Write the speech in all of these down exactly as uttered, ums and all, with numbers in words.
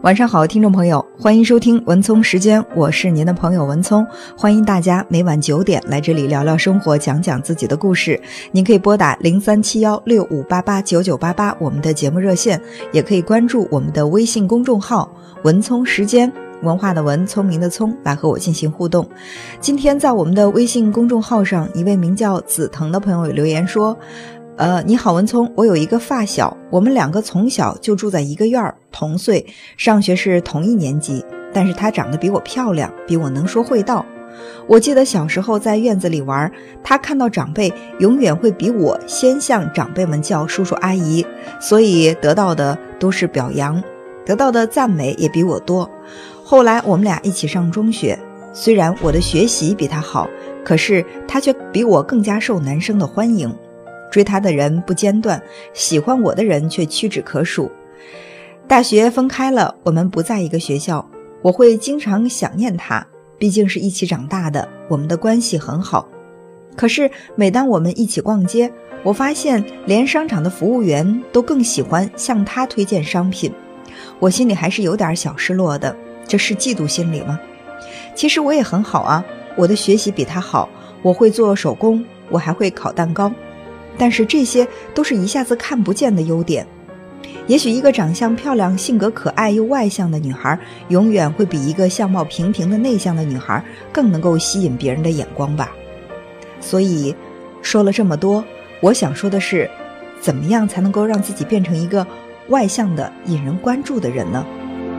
晚上好，听众朋友，欢迎收听文聪时间，我是您的朋友文聪，欢迎大家每晚九点来这里聊聊生活，讲讲自己的故事。您可以拨打零三七幺六五八八九九八八我们的节目热线，也可以关注我们的微信公众号文聪时间，文化的文，聪明的聪，来和我进行互动。今天在我们的微信公众号上，一位名叫紫藤的朋友留言说，呃，你好文聪，我有一个发小，我们两个从小就住在一个院儿，同岁，上学是同一年级，但是她长得比我漂亮，比我能说会道。我记得小时候在院子里玩，她看到长辈永远会比我先向长辈们叫叔叔阿姨，所以得到的都是表扬，得到的赞美也比我多。后来我们俩一起上中学，虽然我的学习比她好，可是她却比我更加受男生的欢迎。追她的人不间断，喜欢我的人却屈指可数。大学分开了，我们不在一个学校，我会经常想念她，毕竟是一起长大的，我们的关系很好。可是每当我们一起逛街，我发现连商场的服务员都更喜欢向她推荐商品，我心里还是有点小失落的，这是嫉妒心理吗？其实我也很好啊，我的学习比她好，我会做手工，我还会烤蛋糕，但是这些都是一下子看不见的优点。也许一个长相漂亮、性格可爱又外向的女孩，永远会比一个相貌平平的内向的女孩更能够吸引别人的眼光吧。所以说了这么多，我想说的是，怎么样才能够让自己变成一个外向的、引人关注的人呢？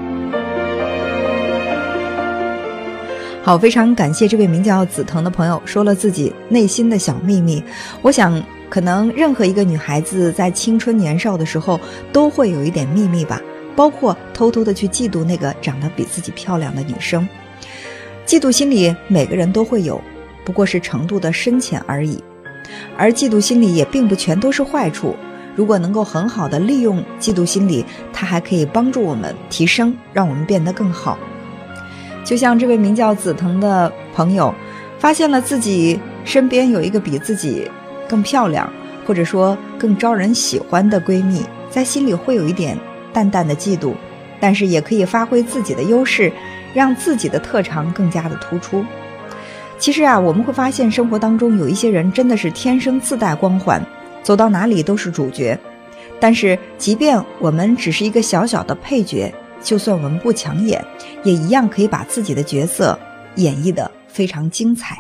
好，非常感谢这位名叫紫藤的朋友说了自己内心的小秘密。我想可能任何一个女孩子在青春年少的时候都会有一点秘密吧，包括偷偷的去嫉妒那个长得比自己漂亮的女生。嫉妒心理每个人都会有，不过是程度的深浅而已。而嫉妒心理也并不全都是坏处，如果能够很好的利用嫉妒心理，它还可以帮助我们提升，让我们变得更好。就像这位名叫紫藤的朋友，发现了自己身边有一个比自己更漂亮，或者说更招人喜欢的闺蜜，在心里会有一点淡淡的嫉妒，但是也可以发挥自己的优势，让自己的特长更加的突出。其实啊，我们会发现生活当中有一些人真的是天生自带光环，走到哪里都是主角，但是即便我们只是一个小小的配角，就算我们不抢眼，也一样可以把自己的角色演绎得非常精彩。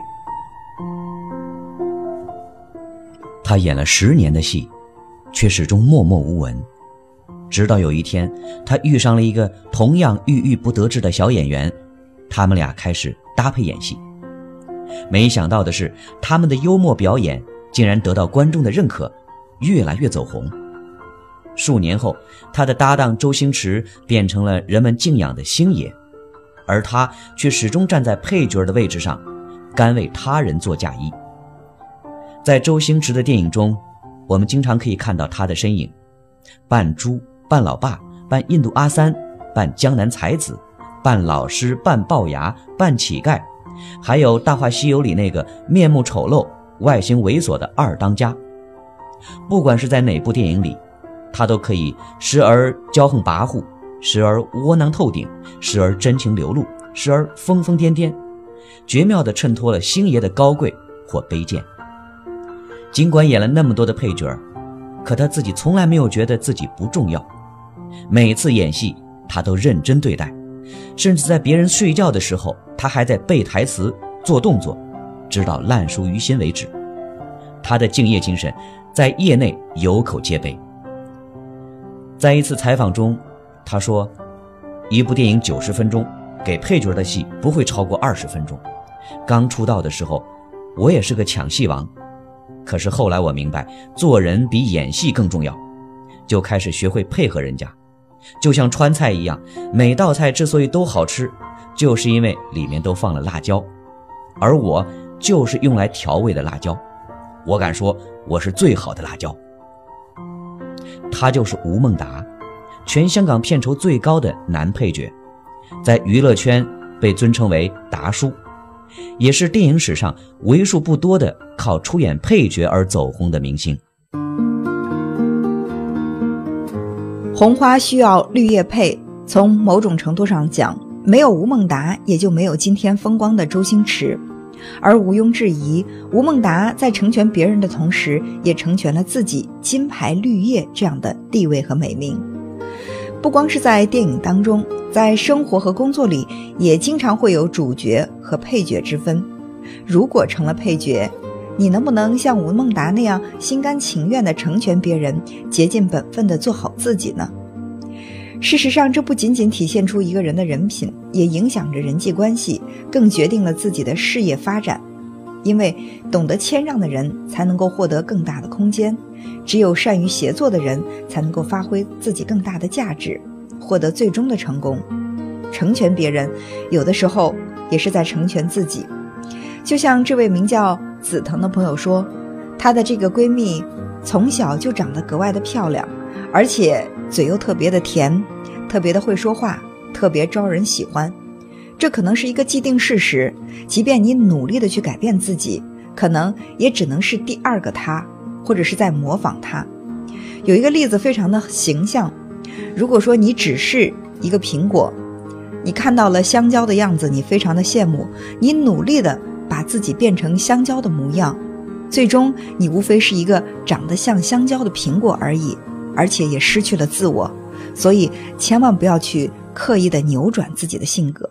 他演了十年的戏，却始终默默无闻。直到有一天，他遇上了一个同样郁郁不得志的小演员，他们俩开始搭配演戏。没想到的是，他们的幽默表演竟然得到观众的认可，越来越走红。数年后，他的搭档周星驰变成了人们敬仰的星爷，而他却始终站在配角的位置上，甘为他人做嫁衣。在周星驰的电影中，我们经常可以看到他的身影，扮猪，扮老爸，扮印度阿三，扮江南才子，扮老师，扮龅牙，扮乞丐，还有《大话西游》里那个面目丑陋、外形猥琐的二当家。不管是在哪部电影里，他都可以时而骄横跋扈，时而窝囊透顶，时而真情流露，时而疯疯癫癫，绝妙地衬托了星爷的高贵或卑贱。尽管演了那么多的配角，可他自己从来没有觉得自己不重要。每次演戏他都认真对待，甚至在别人睡觉的时候，他还在背台词做动作，直到烂熟于心为止。他的敬业精神在业内有口皆碑。在一次采访中，他说，一部电影九十分钟，给配角的戏不会超过二十分钟。刚出道的时候，我也是个抢戏王，可是后来我明白，做人比演戏更重要，就开始学会配合人家。就像川菜一样，每道菜之所以都好吃，就是因为里面都放了辣椒，而我就是用来调味的辣椒。我敢说，我是最好的辣椒。他就是吴孟达，全香港片酬最高的男配角，在娱乐圈被尊称为达叔，也是电影史上为数不多的靠出演配角而走红的明星。 红花需要绿叶配， 从某种程度上讲，没有吴孟达，也就没有今天风光的周星驰。而毋庸置疑，吴孟达在成全别人的同时，也成全了自己金牌绿叶这样的地位和美名。不光是在电影当中，在生活和工作里也经常会有主角和配角之分。如果成了配角，你能不能像吴孟达那样心甘情愿地成全别人，竭尽本分地做好自己呢？事实上，这不仅仅体现出一个人的人品，也影响着人际关系，更决定了自己的事业发展。因为懂得谦让的人才能够获得更大的空间，只有善于协作的人才能够发挥自己更大的价值，获得最终的成功。成全别人，有的时候也是在成全自己。就像这位名叫紫藤的朋友说，她的这个闺蜜从小就长得格外的漂亮，而且嘴又特别的甜，特别的会说话，特别招人喜欢。这可能是一个既定事实，即便你努力的去改变自己，可能也只能是第二个她，或者是在模仿她。有一个例子非常的形象，如果说你只是一个苹果，你看到了香蕉的样子，你非常的羡慕，你努力的把自己变成香蕉的模样，最终你无非是一个长得像香蕉的苹果而已，而且也失去了自我。所以千万不要去刻意的扭转自己的性格。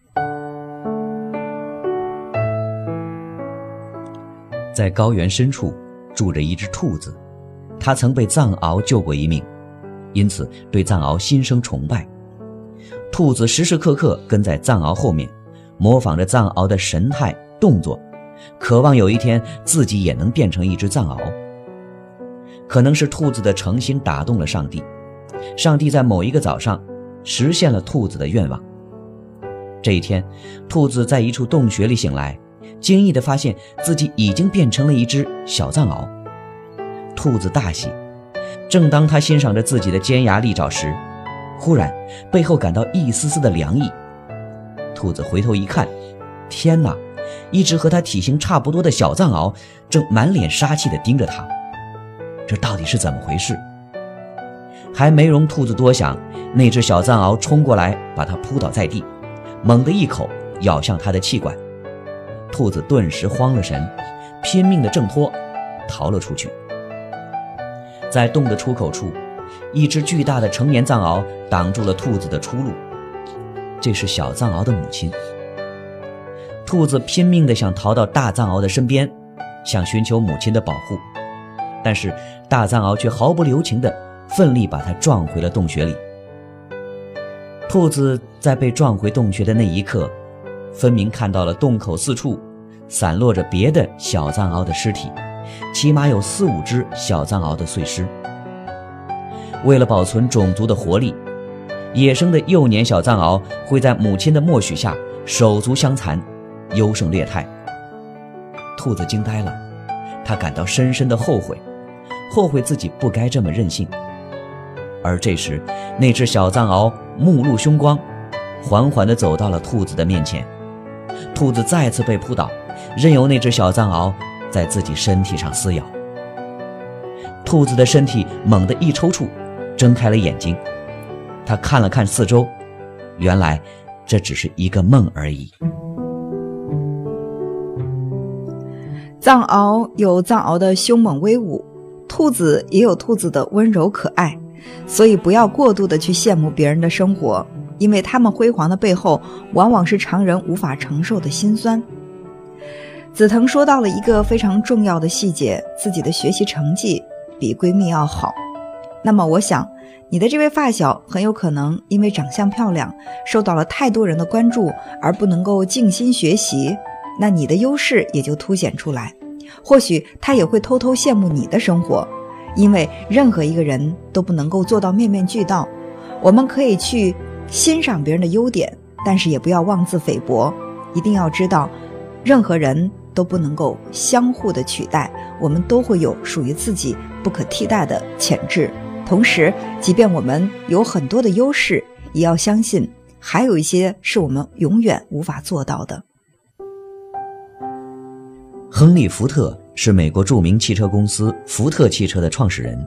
在高原深处住着一只兔子，它曾被藏獒救过一命，因此对藏獒心生崇拜。兔子时时刻刻跟在藏獒后面，模仿着藏獒的神态动作，渴望有一天自己也能变成一只藏獒。可能是兔子的诚心打动了上帝，上帝在某一个早上实现了兔子的愿望。这一天，兔子在一处洞穴里醒来，惊异地发现自己已经变成了一只小藏獒。兔子大喜，正当他欣赏着自己的尖牙利爪时，忽然背后感到一丝丝的凉意。兔子回头一看，天哪，一只和他体型差不多的小藏獒正满脸杀气地盯着他。这到底是怎么回事？还没容兔子多想，那只小藏獒冲过来把他扑倒在地，猛地一口咬向他的气管。兔子顿时慌了神，拼命地挣脱，逃了出去。在洞的出口处，一只巨大的成年藏獒挡住了兔子的出路。这是小藏獒的母亲。兔子拼命地想逃到大藏獒的身边，想寻求母亲的保护，但是大藏獒却毫不留情地奋力把它撞回了洞穴里。兔子在被撞回洞穴的那一刻，分明看到了洞口四处散落着别的小藏獒的尸体，起码有四五只小藏獒的碎尸。为了保存种族的活力，野生的幼年小藏獒会在母亲的默许下手足相残，优胜劣汰。兔子惊呆了，他感到深深的后悔，后悔自己不该这么任性。而这时，那只小藏獒目露凶光，缓缓地走到了兔子的面前。兔子再次被扑倒，任由那只小藏獒在自己身体上撕咬。兔子的身体猛地一抽搐，睁开了眼睛。他看了看四周，原来这只是一个梦而已。 藏獒有藏獒的凶猛威武，兔子也有兔子的温柔可爱，所以不要过度的去羡慕别人的生活，因为他们辉煌的背后往往是常人无法承受的辛酸。紫藤说到了一个非常重要的细节，自己的学习成绩比闺蜜要好。那么我想，你的这位发小很有可能因为长相漂亮，受到了太多人的关注，而不能够静心学习，那你的优势也就凸显出来。或许他也会偷偷羡慕你的生活，因为任何一个人都不能够做到面面俱到。我们可以去欣赏别人的优点，但是也不要妄自菲薄，一定要知道任何人都不能够相互的取代，我们都会有属于自己不可替代的潜质。同时，即便我们有很多的优势，也要相信还有一些是我们永远无法做到的。 亨利·福特是美国著名汽车公司福特汽车的创始人，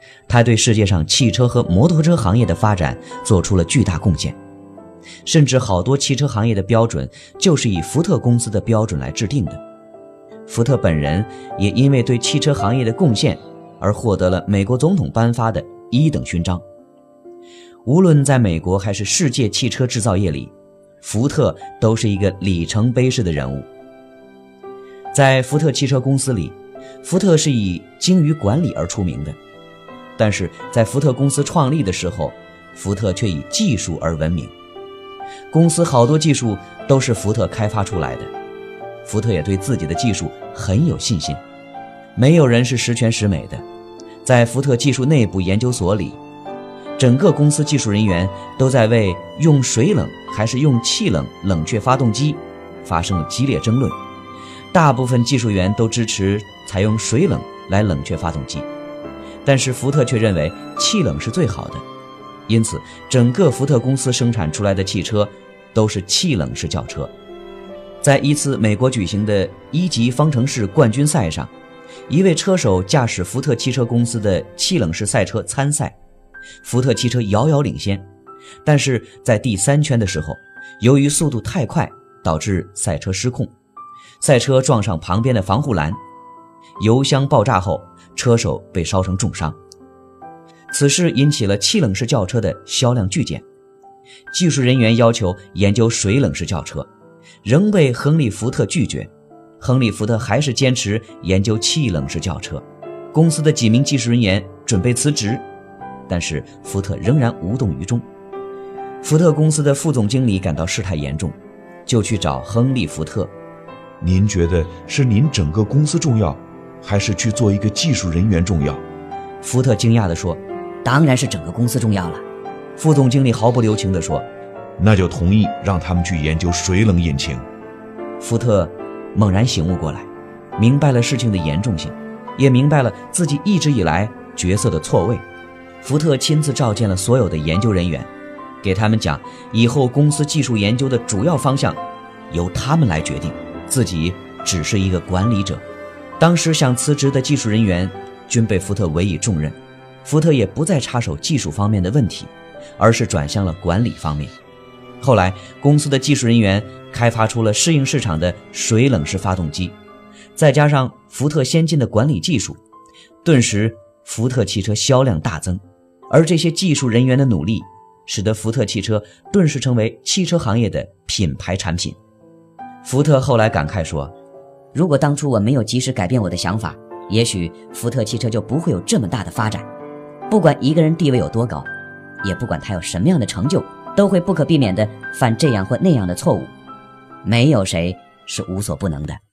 他对世界上汽车和摩托车行业的发展做出了巨大贡献，甚至好多汽车行业的标准就是以福特公司的标准来制定的。福特本人也因为对汽车行业的贡献而获得了美国总统颁发的一等勋章。无论在美国还是世界汽车制造业里，福特都是一个里程碑式的人物。在福特汽车公司里，福特是以精于管理而出名的，但是在福特公司创立的时候，福特却以技术而闻名。公司好多技术都是福特开发出来的，福特也对自己的技术很有信心。没有人是十全十美的，在福特技术内部研究所里，整个公司技术人员都在为用水冷还是用气冷冷却发动机发生了激烈争论。大部分技术员都支持采用水冷来冷却发动机，但是福特却认为气冷是最好的，因此整个福特公司生产出来的汽车都是气冷式轿车。在一次美国举行的一级方程式冠军赛上，一位车手驾驶福特汽车公司的气冷式赛车参赛，福特汽车遥遥领先，但是在第三圈的时候，由于速度太快，导致赛车失控，赛车撞上旁边的防护栏，油箱爆炸后，车手被烧成重伤。此事引起了气冷式轿车的销量巨减。技术人员要求研究水冷式轿车，仍被亨利·福特拒绝。亨利·福特还是坚持研究气冷式轿车。公司的几名技术人员准备辞职，但是福特仍然无动于衷。福特公司的副总经理感到事态严重，就去找亨利·福特。 您觉得是您整个公司重要，还是去做一个技术人员重要？ 福特惊讶地说， 当然是整个公司重要了。 副总经理毫不留情地说， 那就同意让他们去研究水冷引擎。 福特猛然醒悟过来，明白了事情的严重性，也明白了自己一直以来决策的错位。福特亲自召见了所有的研究人员，给他们讲以后公司技术研究的主要方向由他们来决定，自己只是一个管理者。当时想辞职的技术人员均被福特委以重任，福特也不再插手技术方面的问题，而是转向了管理方面。后来公司的技术人员开发出了适应市场的水冷式发动机，再加上福特先进的管理技术，顿时福特汽车销量大增。而这些技术人员的努力使得福特汽车顿时成为汽车行业的品牌产品。福特后来感慨说， 如果当初我没有及时改变我的想法，也许福特汽车就不会有这么大的发展。不管一个人地位有多高，也不管他有什么样的成就，都会不可避免地犯这样或那样的错误。没有谁是无所不能的。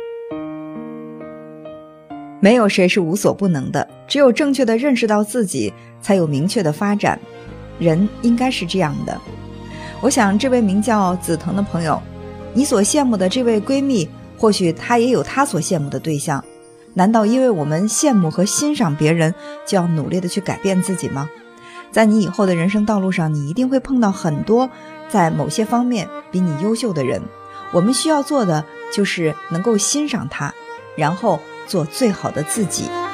没有谁是无所不能的，只有正确地认识到自己，才有明确的发展。人应该是这样的。我想这位名叫紫藤的朋友，你所羡慕的这位闺蜜，或许她也有她所羡慕的对象。难道因为我们羡慕和欣赏别人，就要努力地去改变自己吗？在你以后的人生道路上，你一定会碰到很多在某些方面比你优秀的人。我们需要做的就是能够欣赏他，然后做最好的自己。